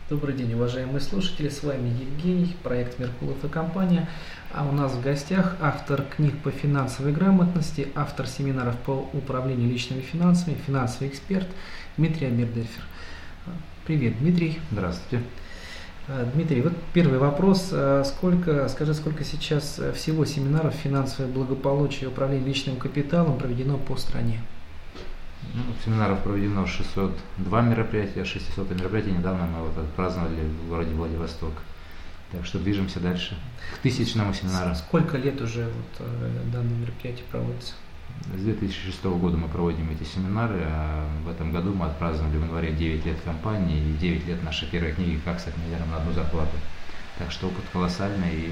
Добрый день, уважаемые слушатели, с вами Евгений, проект Меркулов и компания. А у нас в гостях автор книг по финансовой грамотности, автор семинаров по управлению личными финансами, финансовый эксперт Дмитрий Амирдельфер. Привет, Дмитрий. Здравствуйте. Дмитрий, вот первый вопрос. Скажи, сколько сейчас всего семинаров финансовое благополучие и управление личным капиталом проведено по стране? Семинаров проведено 602 мероприятия, 600 мероприятий недавно мы отпраздновали в городе Владивосток. Так что движемся дальше к 1000-му семинару. Сколько лет уже данное мероприятие проводится? С 2006 года мы проводим эти семинары, а в этом году мы отпраздновали в январе 9 лет компании и 9 лет нашей первой книги «Как стать миллионером на одну зарплату». Так что опыт колоссальный, и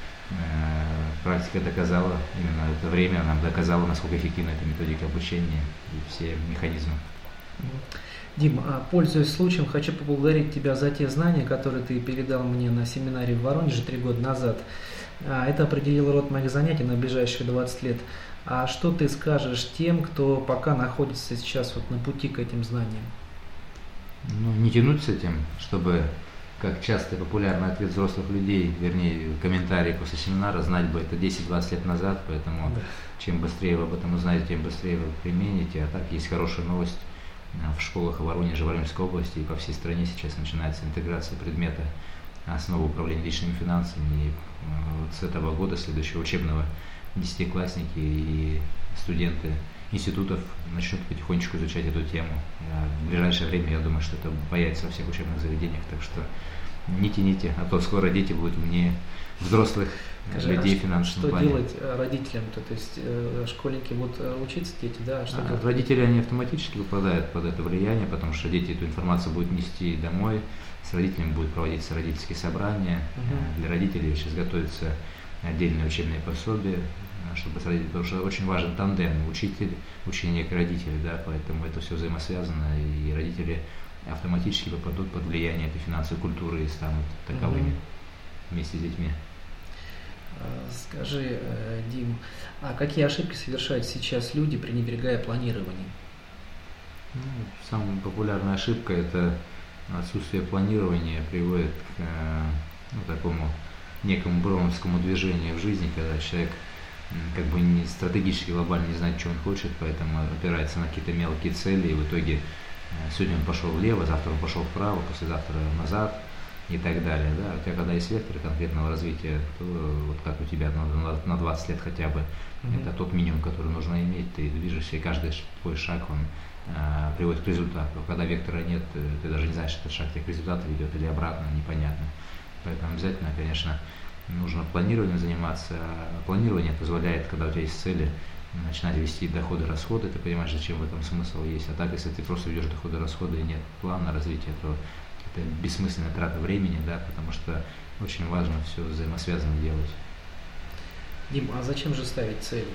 практика доказала, именно это время нам доказало, насколько эффективна эта методика обучения и все механизмы. Дим, пользуясь случаем, хочу поблагодарить тебя за те знания, которые ты передал мне на семинаре в Воронеже 3 года назад. Это определило род моих занятий на ближайшие 20 лет. А что ты скажешь тем, кто пока находится сейчас на пути к этим знаниям? Не тянуть с этим, чтобы, как часто популярный ответ взрослых людей, вернее, комментарии после семинара, знать бы это 10-20 лет назад, поэтому чем быстрее вы об этом узнаете, тем быстрее вы примените. А так, есть хорошая новость. В школах в Воронеже, Воронежской области и по всей стране сейчас начинается интеграция предмета основы управления личными финансами. И вот с этого года, следующего учебного, десятиклассники и студенты институтов начнут потихонечку изучать эту тему. В ближайшее время, я думаю, что это появится во всех учебных заведениях, так что не тяните, а то скоро дети будут умнее взрослых людей в финансовом плане. Что делать родителям-то? То есть школьники будут учиться, дети, да? Что делать? Родители, они автоматически попадают под это влияние, потому что дети эту информацию будут нести домой, с родителями будут проводиться родительские собрания. Для родителей сейчас готовятся отдельные учебные пособия, чтобы потому что очень важен тандем учитель, ученик, родитель, да, поэтому это все взаимосвязано, и родители автоматически попадут под влияние этой финансовой культуры и станут таковыми вместе с детьми. Скажи, Дим, а какие ошибки совершают сейчас люди, пренебрегая планированием? Самая популярная ошибка – это отсутствие планирования приводит к такому некому броуновскому движению в жизни, когда человек как бы не стратегически глобально не знает, что он хочет, поэтому опирается на какие-то мелкие цели, и в итоге сегодня он пошел влево, завтра он пошел вправо, послезавтра назад и так далее. Да? У тебя когда есть вектор конкретного развития, то вот как у тебя на 20 лет хотя бы, это тот минимум, который нужно иметь, ты движешься, и каждый твой шаг, он приводит к результату. Когда вектора нет, ты даже не знаешь, что этот шаг тебя к результату ведет или обратно, непонятно. Поэтому обязательно, конечно, нужно планированием заниматься. Планирование позволяет, когда у тебя есть цели, начинать вести доходы-расходы, ты понимаешь, зачем в этом смысл есть. А так, если ты просто ведешь доходы-расходы и нет плана развития, то это бессмысленная трата времени, да, потому что очень важно все взаимосвязанно делать. Дим, а зачем же ставить цели?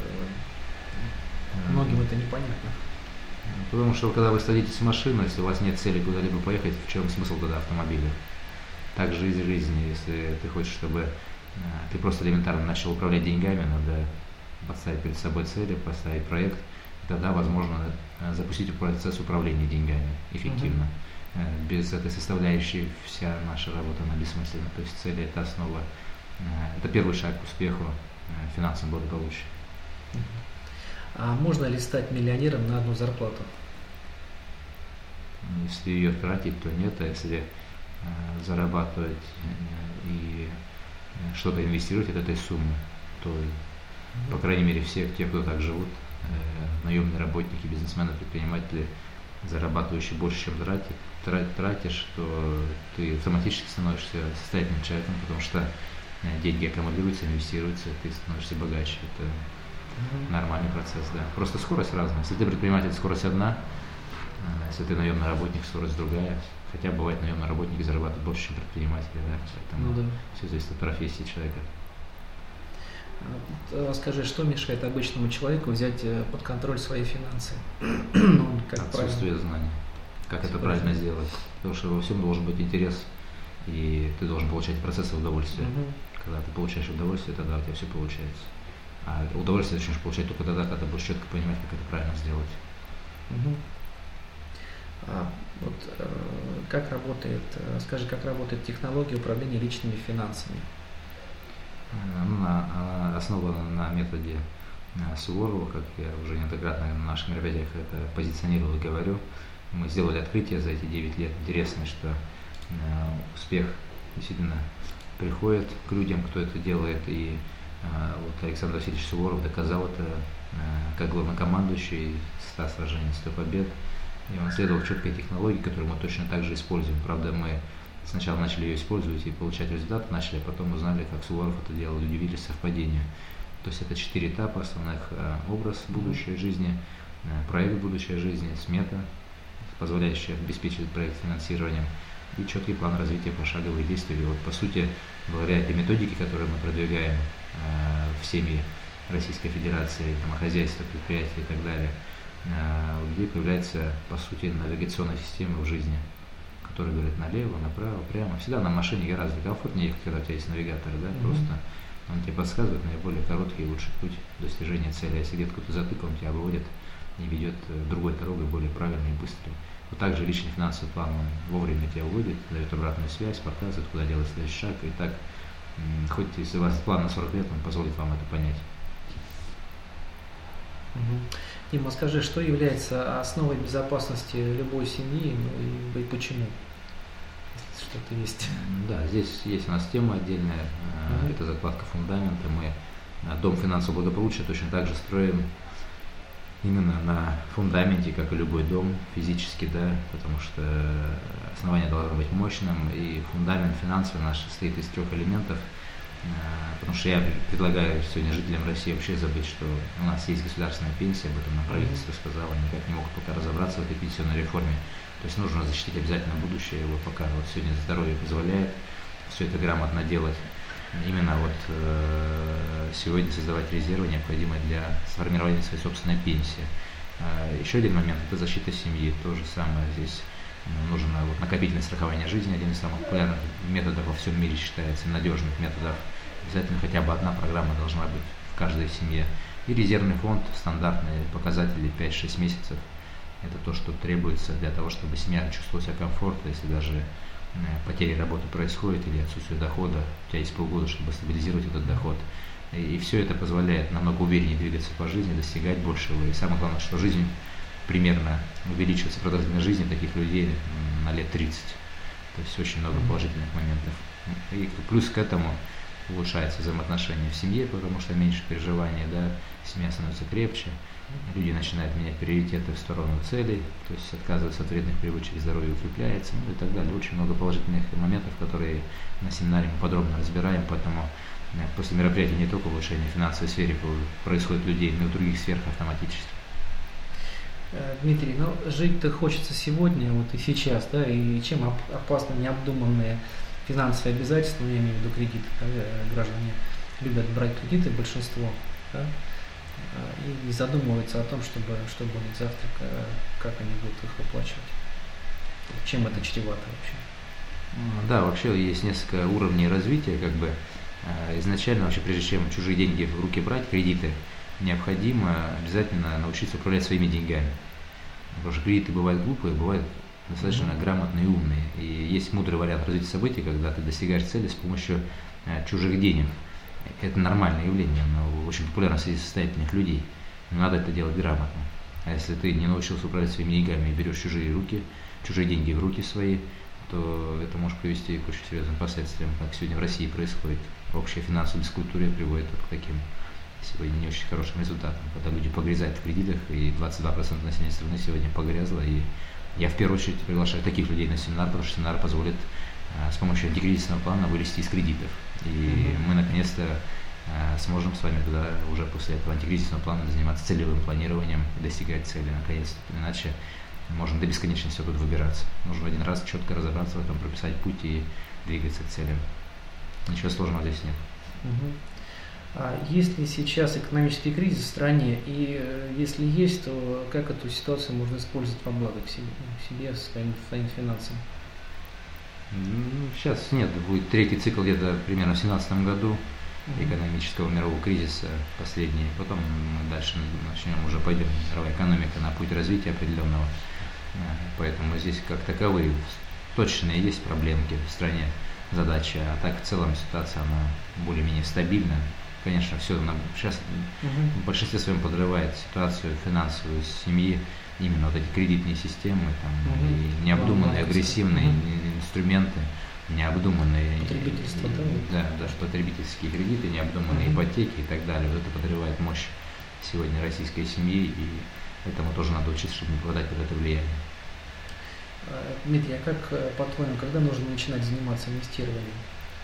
Многим это непонятно. Потому что когда вы садитесь в машину, если у вас нет цели куда-либо поехать, в чем смысл тогда автомобиля? Так же и в жизни, если ты хочешь, чтобы ты просто элементарно начал управлять деньгами, надо поставить перед собой цели, поставить проект, и тогда возможно запустить процесс управления деньгами эффективно. Без этой составляющей вся наша работа, она бессмысленна. То есть цели – это основа, это первый шаг к успеху финансового благополучия. А можно ли стать миллионером на одну зарплату? Если ее тратить, то нет, а если зарабатывать и что-то инвестировать от этой суммы, то, по крайней мере, все те, кто так живут, наемные работники, бизнесмены, предприниматели, зарабатывающие больше, чем тратишь, то ты автоматически становишься состоятельным человеком, потому что деньги аккумулируются, инвестируются, ты становишься богаче. Это нормальный процесс, да. Просто скорость разная. Если ты предприниматель, скорость одна, если ты наемный работник, скорость другая. Хотя бывает, наемные работники зарабатывают больше, чем предприниматели, да. Поэтому все зависит от профессии человека. Скажи, что мешает обычному человеку взять под контроль свои финансы? Отсутствие знаний. Как это правильно сделать? Потому что во всем должен быть интерес, и ты должен получать процессы удовольствия. Когда ты получаешь удовольствие, тогда у тебя все получается. А удовольствие ты начнешь получать только тогда, когда ты будешь четко понимать, как это правильно сделать. Вот, скажи, как работает технология управления личными финансами? Она основана на методе Суворова, как я уже неоднократно на наших мероприятиях это позиционировал и говорю. Мы сделали открытие за эти 9 лет. Интересно, что успех действительно приходит к людям, кто это делает. И вот Александр Васильевич Суворов доказал это как главнокомандующий: 100 сражений, 100 побед. И он следовал четкой технологии, которую мы точно так же используем. Правда, мы сначала начали ее использовать и получать результат, а потом узнали, как Суворов это делал, и удивились совпадению. То есть это 4 этапа основных: образ будущей жизни, проект будущей жизни, смета, позволяющая обеспечить проект финансированием, и четкий план развития, пошаговые действия. И вот, по сути, благодаря этой методике, которую мы продвигаем в семьи Российской Федерации, домохозяйства, предприятия и так далее, у людей появляется, по сути, навигационная система в жизни, которая говорит налево, направо, прямо. Всегда на машине гораздо комфортнее ехать, когда у тебя есть навигатор, да, просто он тебе подсказывает наиболее короткий и лучший путь достижения цели. Если где-то кто-то затыкал, он тебя обводит и ведет другой дорогой, более правильной и быстрой. Вот также личный финансовый план, он вовремя тебя выводит, дает обратную связь, показывает, куда делать следующий шаг. И так, хоть если у вас план на 40 лет, он позволит вам это понять. Дима, скажи, что является основой безопасности любой семьи, ну и почему? Если что-то есть. Да, здесь есть у нас тема отдельная, это закладка фундамента. Мы дом финансового благополучия точно так же строим именно на фундаменте, как и любой дом, физически, да, потому что основание должно быть мощным, и фундамент финансовый наш состоит из 3 элементов. Потому что я предлагаю сегодня жителям России вообще забыть, что у нас есть государственная пенсия, об этом нам правительство сказало, никак не могут пока разобраться в этой пенсионной реформе. То есть нужно защитить обязательно будущее его, пока вот сегодня здоровье позволяет все это грамотно делать. Именно вот сегодня создавать резервы, необходимые для сформирования своей собственной пенсии. Еще один момент – это защита семьи. То же самое здесь нужно вот накопительное страхование жизни, один из самых популярных методов во всем мире считается, надежных методов. Обязательно хотя бы одна программа должна быть в каждой семье. И резервный фонд, стандартные показатели 5-6 месяцев. Это то, что требуется для того, чтобы семья чувствовала себя комфортно, если даже потеря работы происходит или отсутствие дохода, у тебя есть полгода, чтобы стабилизировать этот доход. И все это позволяет намного увереннее двигаться по жизни, достигать большего. И самое главное, что жизнь примерно увеличивается, продолжительность жизни таких людей на лет 30. То есть очень много положительных моментов. И плюс к этому улучшаются взаимоотношения в семье, потому что меньше переживаний, да, семья становится крепче, люди начинают менять приоритеты в сторону целей, то есть отказываются от вредных привычек, здоровье укрепляется, ну и так далее. Очень много положительных моментов, которые на семинаре мы подробно разбираем, поэтому после мероприятия не только улучшение в финансовой сфере происходит у людей, но и в других сферах автоматически. Дмитрий, ну жить-то хочется сегодня, вот и сейчас, да, и чем опасны необдуманные финансовые обязательства, я имею в виду кредиты, граждане любят брать кредиты, большинство, да, и не задумываются о том, чтобы будет завтра, как они будут их выплачивать. Чем это чревато вообще? Да, вообще есть несколько уровней развития, как бы изначально вообще, прежде чем чужие деньги в руки брать, кредиты, необходимо обязательно научиться управлять своими деньгами. Потому что кредиты бывают глупые, бывают достаточно грамотные и умные. И есть мудрый вариант развития событий, когда ты достигаешь цели с помощью чужих денег. Это нормальное явление, но очень популярно среди состоятельных людей. Но надо это делать грамотно. А если ты не научился управлять своими деньгами и берешь чужие деньги в руки свои, то это может привести к очень серьезным последствиям, как сегодня в России происходит. Общая финансовая дискультура приводит к таким сегодня не очень хорошим результатам, когда люди погрязают в кредитах, и 22% населения страны сегодня погрязло. И я в первую очередь приглашаю таких людей на семинар, потому что семинар позволит с помощью антикризисного плана вылезти из кредитов. И мы наконец-то сможем с вами тогда уже после этого антикризисного плана заниматься целевым планированием и достигать цели наконец-то. Иначе можно до бесконечности тут выбираться. Нужно один раз четко разобраться в этом, прописать путь и двигаться к целям. Ничего сложного здесь нет. А есть ли сейчас экономический кризис в стране, и если есть, то как эту ситуацию можно использовать во благо к себе своим финансам? Сейчас нет, будет третий цикл где-то примерно в 2017 году экономического мирового кризиса, последний. Потом мы дальше начнем, уже пойдем мировая экономика на путь развития определенного. Поэтому здесь как таковые точные есть проблемки в стране, задачи, а так в целом ситуация она более-менее стабильна. Конечно, все сейчас в большинстве своем подрывает ситуацию финансовую семьи, именно вот эти кредитные системы, там, и необдуманные, агрессивные инструменты, необдуманные потребительские кредиты, необдуманные ипотеки и так далее. Вот это подрывает мощь сегодня российской семьи, и этому тоже надо учиться, чтобы не попадать под это влияние. Дмитрий, а как, по-твоему, когда нужно начинать заниматься инвестированием?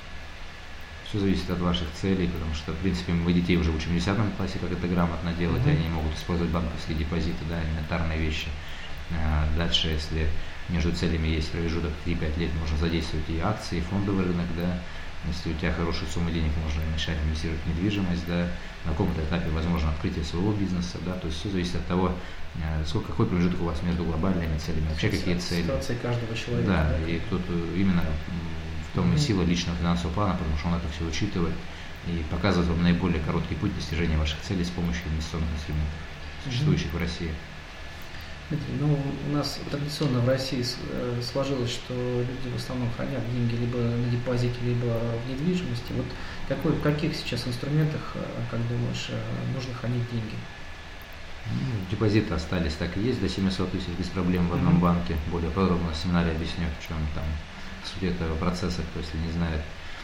Все зависит от ваших целей, потому что, в принципе, мы детей уже учим в 10 классе, как это грамотно делать, и они могут использовать банковские депозиты, да, элементарные вещи. Дальше, если между целями есть промежуток 3-5 лет, можно задействовать и акции, и фондовый рынок, да. Если у тебя хорошая сумма денег, можно начать инвестировать в недвижимость, да. На каком-то этапе возможно открытие своего бизнеса, да. То есть все зависит от того, какой промежуток у вас между глобальными целями, вообще какие цели. Ситуация каждого человека. Да, и тут именно в том и сила личного финансового плана, потому что он это все учитывает и показывает вам наиболее короткий путь достижения ваших целей с помощью инвестиционных инструментов, существующих в России. Дмитрий, ну, у нас традиционно в России сложилось, что люди в основном хранят деньги либо на депозите, либо в недвижимости. Вот в каких сейчас инструментах, как думаешь, нужно хранить деньги? Депозиты остались так и есть, до 700 тысяч без проблем в одном банке. Более подробно на семинаре объясню, в чем там суть этого процесса, кто если не знает.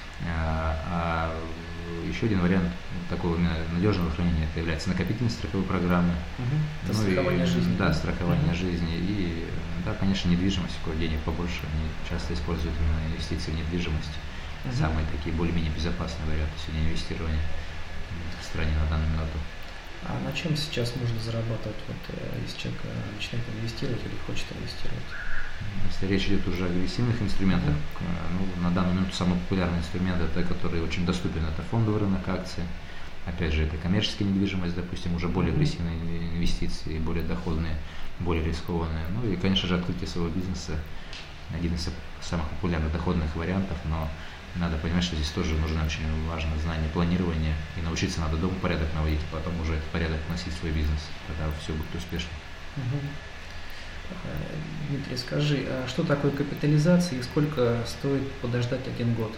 А еще один вариант такого надежного хранения это является накопительные страховые программы. Это страхование жизни. Да, страхование жизни. И да, конечно, недвижимость, у кого денег побольше, они часто используют именно инвестиции в недвижимость. Самые такие более-менее безопасные варианты сегодня инвестирования в стране на данную минуту. А на чем сейчас можно зарабатывать, вот, если человек начинает инвестировать или хочет инвестировать? Если речь идет уже о агрессивных инструментах, на данный момент самый популярный инструмент, это который очень доступен, это фондовый рынок акций. Опять же, это коммерческая недвижимость, допустим, уже более агрессивные инвестиции, более доходные, более рискованные. Ну и, конечно же, открытие своего бизнеса, один из самых популярных доходных вариантов, но надо понимать, что здесь тоже нужно очень важно знание планирования, и научиться надо дома порядок наводить, а потом уже этот порядок вносить в свой бизнес, тогда все будет успешно. Дмитрий, скажи, а что такое капитализация и сколько стоит подождать 1 год?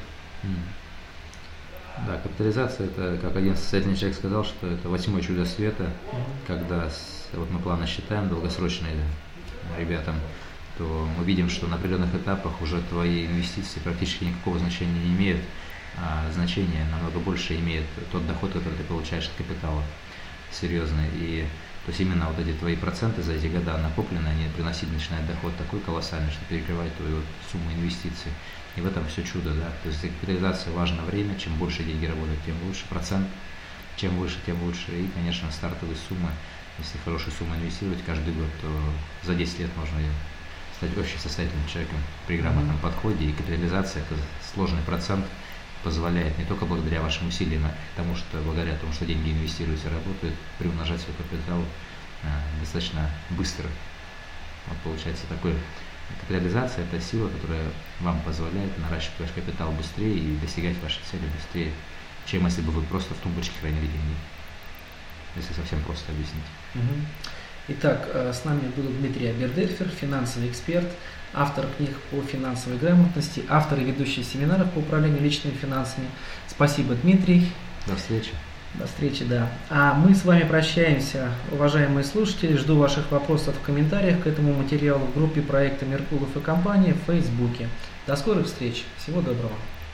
Да, капитализация, это, как один состоятельный человек сказал, что это 8-е чудо света, когда вот мы плавно считаем долгосрочные ребятам, то мы видим, что на определенных этапах уже твои инвестиции практически никакого значения не имеют, а значение намного больше имеет тот доход, который ты получаешь от капитала, серьезный. И то есть именно вот эти твои проценты за эти года накопленные, они приносить начинают доход такой колоссальный, что перекрывает твою сумму инвестиций. И в этом все чудо, да. То есть капитализация важно время, чем больше деньги работают, тем лучше процент, чем выше, тем лучше. И, конечно, стартовые суммы, если хорошую сумму инвестировать каждый год, то за 10 лет можно стать очень состоятельным человеком при грамотном подходе. И капитализация, это сложный процент, позволяет не только благодаря вашим усилиям, а потому что благодаря тому, что деньги инвестируются, работают, приумножать свой капитал достаточно быстро. Вот получается такой капитализация – это сила, которая вам позволяет наращивать ваш капитал быстрее и достигать вашей цели быстрее, чем если бы вы просто в тумбочке хранили деньги. Если совсем просто объяснить. Итак, с нами был Дмитрий Абердельфер, финансовый эксперт, автор книг по финансовой грамотности, автор и ведущий семинаров по управлению личными финансами. Спасибо, Дмитрий. До встречи. До встречи, да. А мы с вами прощаемся, уважаемые слушатели. Жду ваших вопросов в комментариях к этому материалу в группе проекта Меркулов и компания в Фейсбуке. До скорых встреч. Всего доброго.